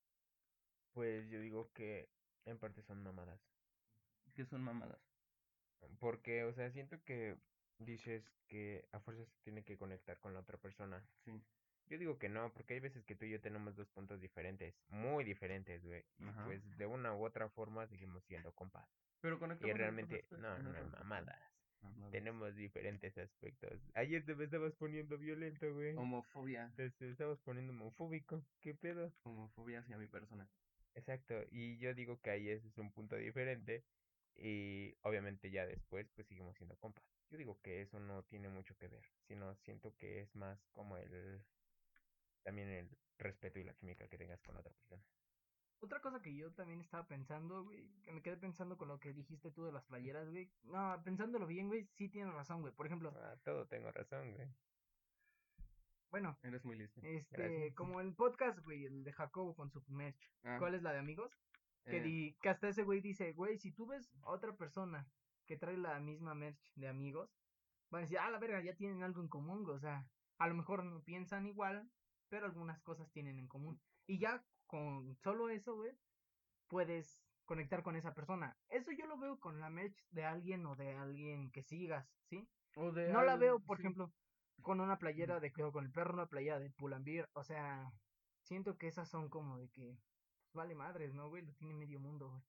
Pues yo digo que en parte son mamadas. ¿Qué son mamadas? Porque, o sea, siento que dices que a fuerzas se tiene que conectar con la otra persona. Sí. Yo digo que no, porque hay veces que tú y yo tenemos dos puntos diferentes, muy diferentes, güey. Y Ajá. pues de una u otra forma seguimos siendo compas. Pero Y conectamos en otros realmente, aspectos. no, En no, otros aspectos. mamadas. Mamadas. Tenemos diferentes aspectos. Ayer te me estabas poniendo violento, güey. Homofobia. Te, te estabas poniendo homofóbico. ¿Qué pedo? Homofobia hacia mi persona. Exacto. Y yo digo que ahí ese es un punto diferente. Y obviamente ya después, pues seguimos siendo compas. Yo digo que eso no tiene mucho que ver, sino siento que es más como el, también el respeto y la química que tengas con la otra persona. Otra cosa que yo también estaba pensando, güey, que me quedé pensando con lo que dijiste tú de las playeras, güey. No, pensándolo bien, güey, sí tienes razón, güey. Por ejemplo, Ah, todo tengo razón, güey. bueno, Eres muy listo. este, Gracias. como el podcast, güey, el de Jacobo con su merch. Ah, ¿Cuál es la de amigos? Que, eh, di, que hasta ese güey dice, güey, si tú ves a otra persona que trae la misma merch de amigos, van a decir, ah, la verga, ya tienen algo en común, güey. O sea, a lo mejor no piensan igual, pero algunas cosas tienen en común. Y ya con solo eso, güey, puedes conectar con esa persona. Eso yo lo veo con la merch de alguien o de alguien que sigas, ¿sí? o de No la al- veo, por sí. ejemplo, con una playera de Cuidado con el Perro, una playera de Pull&Bear, o sea, siento que esas son como de que, pues vale madres, ¿no, güey? Lo tiene medio mundo, güey.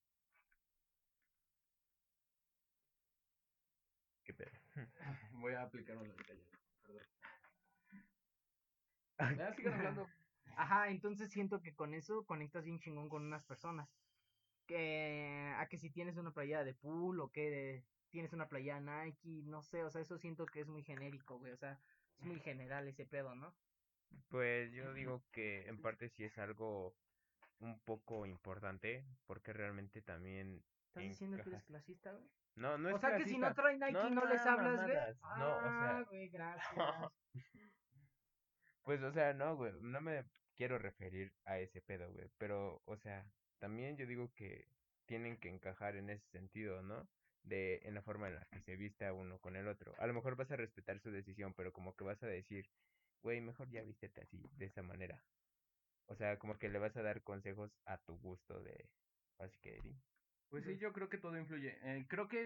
¿Qué pedo? Voy a aplicar una de callar. Perdón. Ya, sigan hablando. Ajá, entonces siento que con eso conectas bien chingón con unas personas. Que a que si tienes una playera de pool o que tienes una playera Nike, no sé, o sea, eso siento que es muy genérico, güey, o sea, es muy general ese pedo, ¿no? Pues yo digo que en parte sí es algo un poco importante, porque realmente también ¿Estás diciendo que eres encajas. clasista, güey? No, no O es sea, que si no clasista. trae Nike No, no les no, hablas, güey. mamadas. No, o Ah, sea. güey, gracias. Pues, o sea, no, güey. No me quiero referir a ese pedo, güey. Pero, o sea, también yo digo que tienen que encajar en ese sentido, ¿no? De, en la forma en la que se vista uno con el otro. A lo mejor vas a respetar su decisión, pero como que vas a decir, güey, mejor ya vístete así, de esa manera. O sea, como que le vas a dar consejos a tu gusto de, así que, di. Pues sí, yo creo que todo influye. Eh, creo que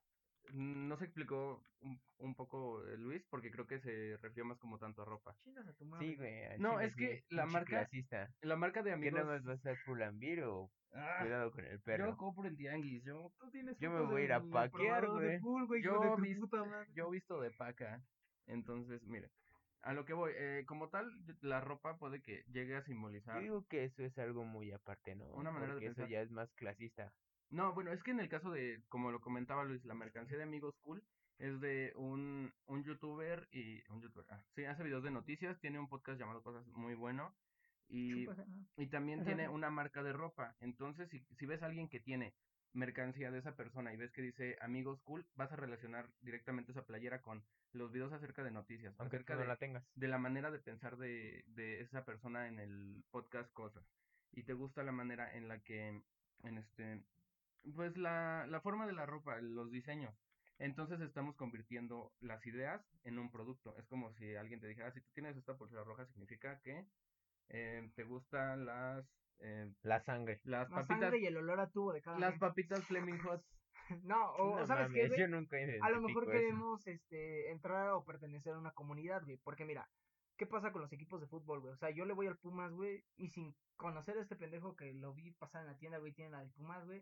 mm, no se explicó un, un poco eh, Luis, porque creo que se refirió más como tanto a ropa. Chingas a tu Sí, madre. güey, al No, chile es sí, que la pinche marca, clasista. la marca de ¿Qué nada amigos. más vas a Fulambir o Ah, cuidado con el yo perro? compro en tianguis. Yo, Tú tienes Yo me fotos voy a ir a en el paquear, probador de güey. pool, güey, hijo de yo, tu vis- puta madre. yo visto de paca. Entonces, mire, a lo que voy. Eh, como tal, la ropa puede que llegue a Yo simbolizar digo que eso es algo muy aparte, ¿no? una manera de Porque eso pensar. ya es más clasista. No, bueno, es que en el caso de, como lo comentaba Luis, la mercancía de Amigos Cool es de un, un youtuber y un youtuber, ah, sí, hace videos de noticias, tiene un podcast llamado Cosas muy bueno y, Chúpala. y también tiene una marca de ropa. Entonces, si, si ves a alguien que tiene mercancía de esa persona y ves que dice Amigos Cool, vas a relacionar directamente esa playera con los videos acerca de noticias, Aunque tú acerca no la de, tengas. de la manera de pensar de, de esa persona en el podcast Cosas. Y te gusta la manera en la que en este pues la, la forma de la ropa, los diseños. Entonces estamos convirtiendo las ideas en un producto. Es como si alguien te dijera, "Ah, si tú tienes esta pulsera roja, significa que eh, te gustan las, eh, La sangre. las La papitas, sangre y el olor a tubo de cada las mes. papitas Flaming Hot." No, o, o No sabes qué, mames, güey, yo nunca a lo mejor identifico eso. queremos este entrar o pertenecer a una comunidad, güey, porque mira, ¿qué pasa con los equipos de fútbol, güey? O sea, yo le voy al Pumas, güey, y sin conocer a este pendejo que lo vi pasar en la tienda, güey, tiene la del Pumas, güey,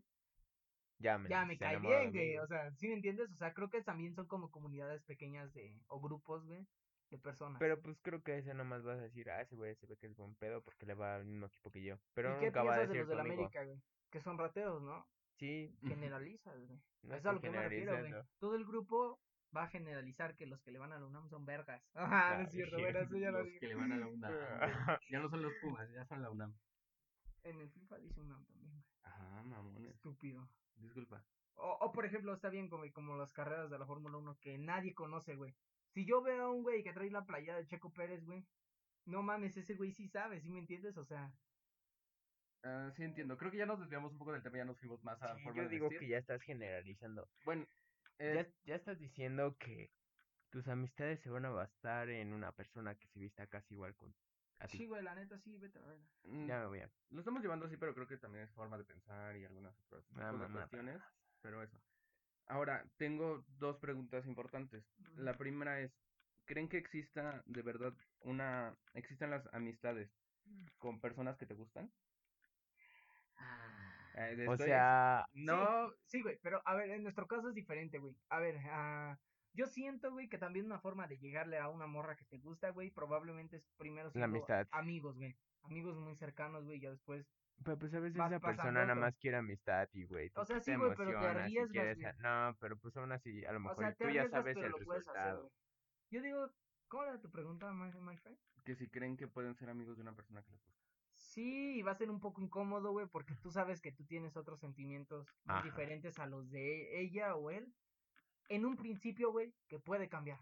Ya me, ya me se cae enamoró de bien, mí, güey, güey. o sea, ¿sí me entiendes? O sea, creo que también son como comunidades pequeñas de, o grupos, güey, de personas. Pero pues creo que ese nomás vas a decir, ah, ese güey se ve que es buen pedo porque le va al mismo equipo que yo. ¿Y Pero qué nunca va a piensas de decir los tu del amigo. América, güey? Que son rateros, ¿no? Sí, Generalizas, güey. no Eso es a estoy lo que yo me refiero, güey. generalizando. Todo el grupo va a generalizar que los que le van a la UNAM son vergas. Ajá, no Ah, es cierto, bien. bueno, eso ya lo Los digo. que le van a la UNAM. Ya no son los Pumas, ya son la UNAM. En el FIFA dice UNAM también, güey. Ajá, mamones. Estúpido. Disculpa. O, o por ejemplo, está bien como, como las carreras de la Fórmula uno que nadie conoce, güey. Si yo veo a un güey que trae la playa de Checo Pérez, güey, no mames, ese güey sí sabe, ¿sí me entiendes? O sea, Ah, sí entiendo. Creo que ya nos desviamos un poco del tema, ya nos fuimos más a Sí, forma yo de digo vestir. que ya estás generalizando. Bueno, eh, Ya, ya estás diciendo que tus amistades se van a basar en una persona que se vista casi igual con a ti. sí, güey, la neta sí, vete a ver. mm, Ya me voy a... lo estamos llevando así, pero creo que también es forma de pensar y algunas otros Ah, tipos de mamada. cuestiones, pero eso. Ahora, tengo dos preguntas importantes. La primera es, ¿creen que exista de verdad una, existan las amistades con personas que te gustan? Ah, Eh, O estoy, ex- sea, sí, no, sí, güey, pero a ver, en nuestro caso es diferente, güey. A ver, ah, yo siento, güey, que también una forma de llegarle a una morra que te gusta, güey, probablemente es primero la siendo amistad. amigos, güey. Amigos muy cercanos, güey, ya después Pero pues a veces vas esa pasando persona a nada otro. más quiere amistad y, güey, O tú, sea, tú te sí, güey, pero te emocionas y arriesgas, quieres... güey. a- No, pero pues aún así, a lo O mejor sea, y te tú ya arriesgas, sabes pero el lo puedes hacer, resultado. güey. Yo digo, ¿cómo era tu pregunta, my, my friend? que si creen que pueden ser amigos de una persona que les gusta. Sí, y va a ser un poco incómodo, güey, porque tú sabes que tú tienes otros sentimientos muy Ajá. diferentes a los de ella o él. En un principio, güey, que puede cambiar.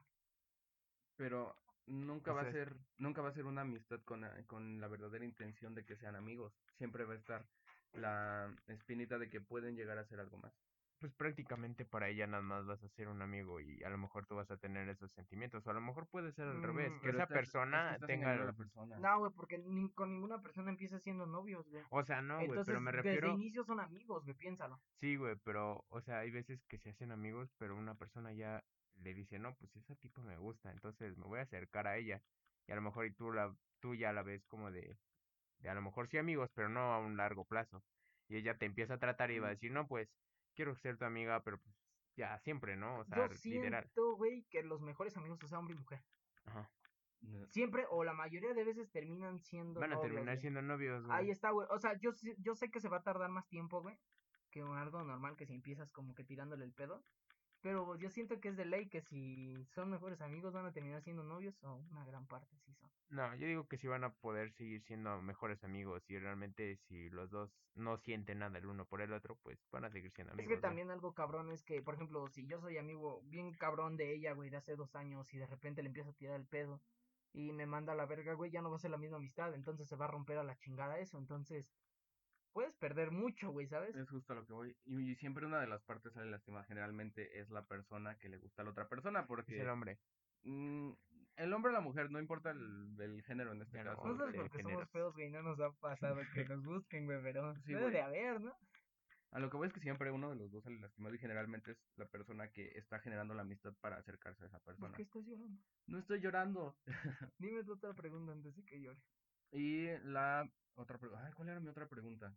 Pero nunca O va a sea, es- ser, nunca va a ser una amistad con, la- con la verdadera intención de que sean amigos. Siempre va a estar la espinita de que pueden llegar a ser algo más. pues prácticamente para ella nada más vas a ser un amigo y a lo mejor tú vas a tener esos sentimientos. O a lo mejor puede ser al revés, Mm, que Pero esa estás, es que persona estás tenga... engañando a la los- persona. no, güey, porque ni- con ninguna persona empieza siendo novios, güey. O sea, no, güey, pero Entonces, me desde refiero... inicio son amigos, güey, piénsalo. Sí, güey, pero, o sea, hay veces que se hacen amigos, pero una persona ya le dice, no, pues esa tipa me gusta, entonces me voy a acercar a ella. Y a lo mejor y tú, la, tú ya la ves como de, de a lo mejor sí amigos, pero no a un largo plazo. Y ella te empieza a tratar y va a Mm, decir, no, pues quiero ser tu amiga, pero pues ya siempre, ¿no? O Yo sea, literal. siento, güey, que los mejores amigos, o sea, hombre y mujer, Ajá. no, siempre o la mayoría de veces terminan siendo Van a novios, terminar güey. siendo novios, güey. Ahí está, güey. O sea, yo, sé- yo sé que se va a tardar más tiempo, güey, que algo normal que si empiezas como que tirándole el pedo. Pero yo siento que es de ley que si son mejores amigos van a terminar siendo novios o una gran parte sí son. No, yo digo que sí van a poder seguir siendo mejores amigos y realmente si los dos no sienten nada el uno por el otro, pues van a seguir siendo Es que amigos, güey. también algo cabrón es que, por ejemplo, si yo soy amigo bien cabrón de ella, güey, de hace dos años y de repente le empiezo a tirar el pedo y me manda a la verga, güey, ya no va a ser la misma amistad, entonces se va a romper a la chingada eso, entonces puedes perder mucho, güey, ¿sabes? es justo a lo que voy. Y, y siempre una de las partes sale lastimada. Generalmente es la persona que le gusta a la otra persona. Es el Porque hombre, mm, el hombre o la mujer, no importa el, el género en este ya no No caso. vamos a sabes eh, decir porque somos géneros. feos, güey, no nos ha pasado que nos busquen, güey, pero sí, debe voy. de haber, ¿no? A lo que voy es que siempre uno de los dos sale lastimado y generalmente es la persona que está generando la amistad para acercarse a esa ¿Por persona. qué estás llorando? No estoy llorando. Dime tu otra pregunta antes de que llore. Y la otra pregunta. Ay, ¿cuál era mi otra pregunta?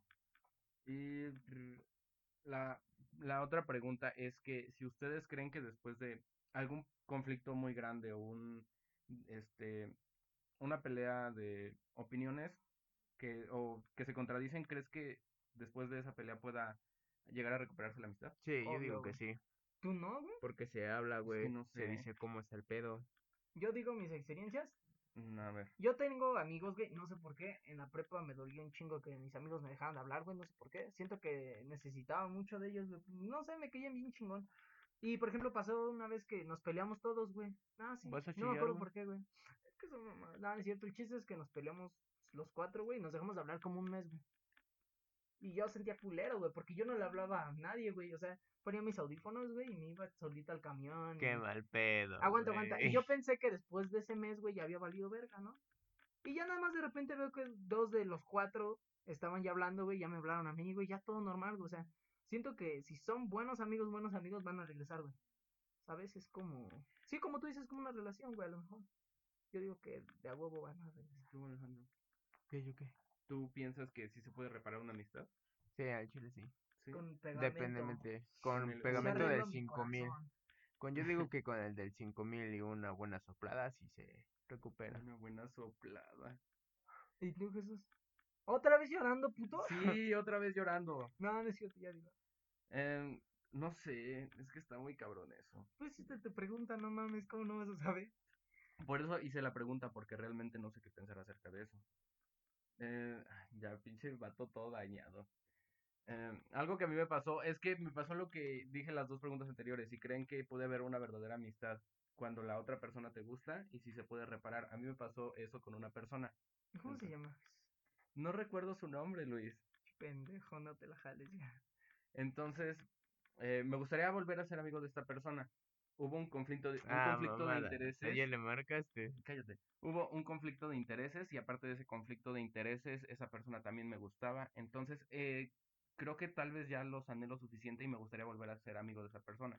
Y r- la, la otra pregunta es que si ustedes creen que después de algún conflicto muy grande o un, este, una pelea de opiniones que, o que se contradicen, ¿crees que después de esa pelea pueda llegar a recuperarse la amistad? Sí, yo digo Obvio, que güey. sí, ¿Tú no, güey? porque se habla, Es que güey, no se sé. dice cómo está el pedo. Yo digo mis experiencias. Mm, A ver. Yo tengo amigos, güey, no sé por qué. En la prepa me dolió un chingo que mis amigos me dejaran de hablar, güey, no sé por qué. Siento que necesitaba mucho de ellos, güey. No sé, me caían bien chingón. Y por ejemplo, pasó una vez que nos peleamos todos, güey. Ah, sí. ¿Vas a No me chillar, acuerdo güey? por qué, güey. Es que son mamadas. No, no es cierto. El chiste es que nos peleamos los cuatro, güey. Y nos dejamos de hablar como un mes, güey. Y yo sentía culero, güey, porque yo no le hablaba a nadie, güey. O sea, ponía mis audífonos, güey, y me iba solita al camión. Qué Y... mal pedo, Aguanta, aguanta. Y güey. yo pensé que después de ese mes, güey, ya había valido verga, ¿no? Y ya nada más de repente veo que dos de los cuatro estaban ya hablando, güey, ya me hablaron a mí, güey, ya todo normal, güey. O sea, siento que si son buenos amigos, buenos amigos, van a regresar, güey. ¿Sabes? Es como... Sí, como tú dices, como una relación, güey, a lo mejor. Yo digo que de a huevo van a regresar. Tú, Alejandro, ¿Qué, yo qué? ¿tú piensas que sí se puede reparar una amistad? Sí, al chile sí. Sí. Con pegamento. Dependientemente. Con Con el Así pegamento del arreglo uno. mi cinco mil. corazón. Con, yo digo que con el del cinco mil y una buena soplada sí se recupera. Una buena soplada. ¿Y tú, Jesús? ¿Otra vez llorando, puto? Sí, otra vez llorando. No, no es cierto, ya digo. Em, no sé, es que está muy cabrón eso. Pues si te, te preguntan, no mames, ¿cómo no vas a saber? Por eso hice la pregunta, porque realmente no sé qué pensar acerca de eso. Eh, ay, ya, pinche vato todo dañado. Em, algo que a mí me pasó es que me pasó lo que dije en las dos preguntas anteriores. Si creen que puede haber una verdadera amistad cuando la otra persona te gusta y si se puede reparar. A mí me pasó eso con una persona. ¿Cómo se Entonces, llama? no recuerdo su nombre, Luis. Pendejo, no te la jales ya. Entonces, eh, me gustaría volver a ser amigo de esta persona. Hubo un conflicto de, un Ah, conflicto de mamada. intereses. Ayer le marcaste. Cállate. Hubo un conflicto de intereses y aparte de ese conflicto de intereses, esa persona también me gustaba. Entonces, eh, creo que tal vez ya los anhelo suficiente y me gustaría volver a ser amigo de esa persona.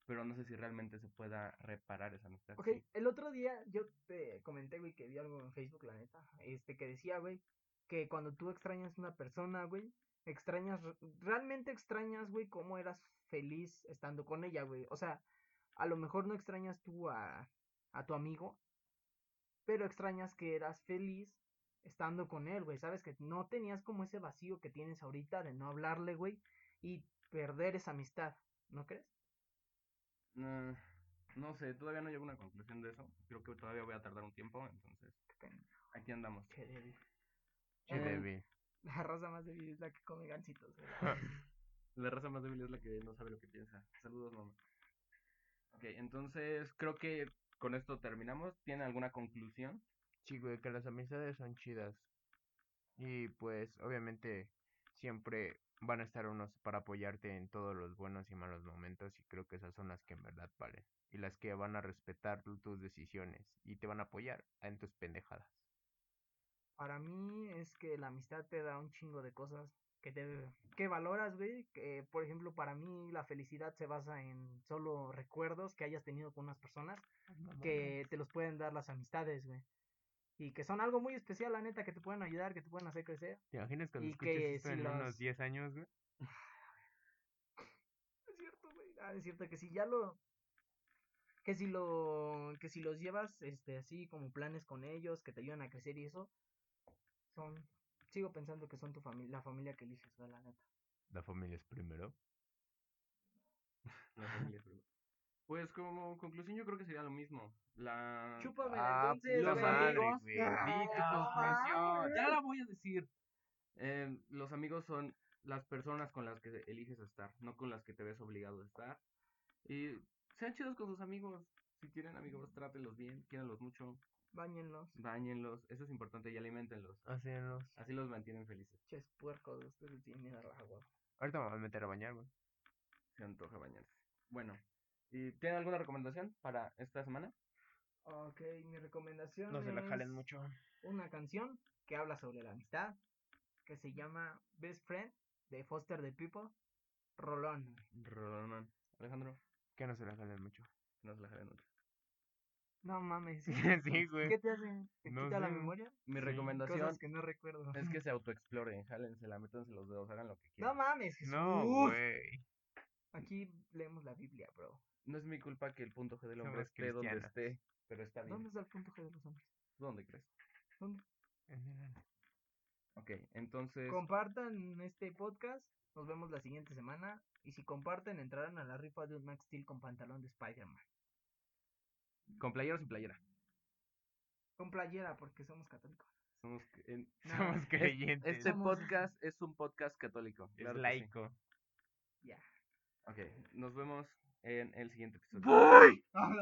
pero no sé si realmente se pueda reparar esa amistad. Ok, Sí. el otro día yo te comenté, güey, que vi algo en Facebook, la neta, este, que decía, güey, que cuando tú extrañas una persona, güey, extrañas, re- realmente extrañas, güey, cómo eras feliz estando con ella, güey. O sea, a lo mejor no extrañas tú a, a tu amigo, pero extrañas que eras feliz estando con él, güey. Sabes que no tenías como ese vacío que tienes ahorita de no hablarle, güey, y perder esa amistad, ¿no crees? No, no sé, todavía no llego a una conclusión de eso. Creo que todavía voy a tardar un tiempo, entonces Qué pena, aquí andamos. qué débil. Che, Eh, débil. La raza más débil es la que come gansitos, güey. La raza más débil es la que no sabe lo que piensa. Saludos, mamá. Ok, entonces creo que con esto terminamos. ¿Tiene alguna conclusión? Sí, güey, que las amistades son chidas. Y pues, obviamente, siempre van a estar unos para apoyarte en todos los buenos y malos momentos. Y creo que esas son las que en verdad valen. Y las que van a respetar tu- tus decisiones. Y te van a apoyar en tus pendejadas. Para mí es que la amistad te da un chingo de cosas que te que valoras, güey. Que, por ejemplo, para mí la felicidad se basa en solo recuerdos que hayas tenido con unas personas que te los pueden dar las amistades, güey. Y que son algo muy especial, la neta, que te pueden ayudar, que te pueden hacer crecer. ¿Te imaginas cuando Y escuches que esto si en los... unos diez años, güey? Es cierto, güey. Ah, es cierto que si ya lo... Que si lo... Que si los llevas, este, así como planes con ellos, que te ayudan a crecer y eso, son... Sigo pensando que son tu familia, la familia que eliges, güey, la neta. La familia es primero. La familia primero. Pues como conclusión yo creo que sería lo mismo. La... Chúpamela, Ah, entonces, Los puta madre, amigos... güey. Di tu Ah, conclusión. no Ya mames. la voy a decir. Eh, los amigos son las personas con las que eliges estar, no con las que te ves obligado a estar. Y sean chidos con sus amigos. Si tienen amigos, trátenlos bien, quiéranlos mucho, Báñenlos. báñenlos. Eso es importante y aliméntenlos. Hacenlos. Así los mantienen felices. Ches puercos, ustedes tienen miedo al agua. Ahorita me voy a meter a bañar, güey. Se antoja bañarse. Bueno, ¿y tienen alguna recomendación para esta semana? Ok, mi recomendación No se la jalen es mucho. una canción que habla sobre la amistad, que se llama Best Friend de Foster the People. Rolón. Rolón. Alejandro, Que no se la jalen mucho. no se la jalen mucho. No mames, ¿sí? Sí, güey. ¿Qué te hace? ¿Te No quita sé, la güey. memoria? Mi Sí. recomendación Cosas que no recuerdo. es que se autoexploren, jálense, métanse los dedos, hagan lo que No quieran. mames, Jesús. No, güey. Aquí leemos la Biblia, bro. No es mi culpa que el punto G del hombre Somos esté donde cristianos. esté, pero está bien. ¿Dónde está el punto G de los hombres? ¿Dónde crees? ¿Dónde? En el ano. Ok, entonces, Compartan este podcast. Nos vemos la siguiente semana. Y si comparten, entrarán a la rifa de un Max Steel con pantalón de Spider-Man. con playera o sin playera. Con playera, porque somos católicos. Somos, en- Nah, Somos es- creyentes. este Somos- podcast es un podcast católico. Es Claro que sí. laico. Ya. Ok, nos vemos en el siguiente episodio. ¡Voy!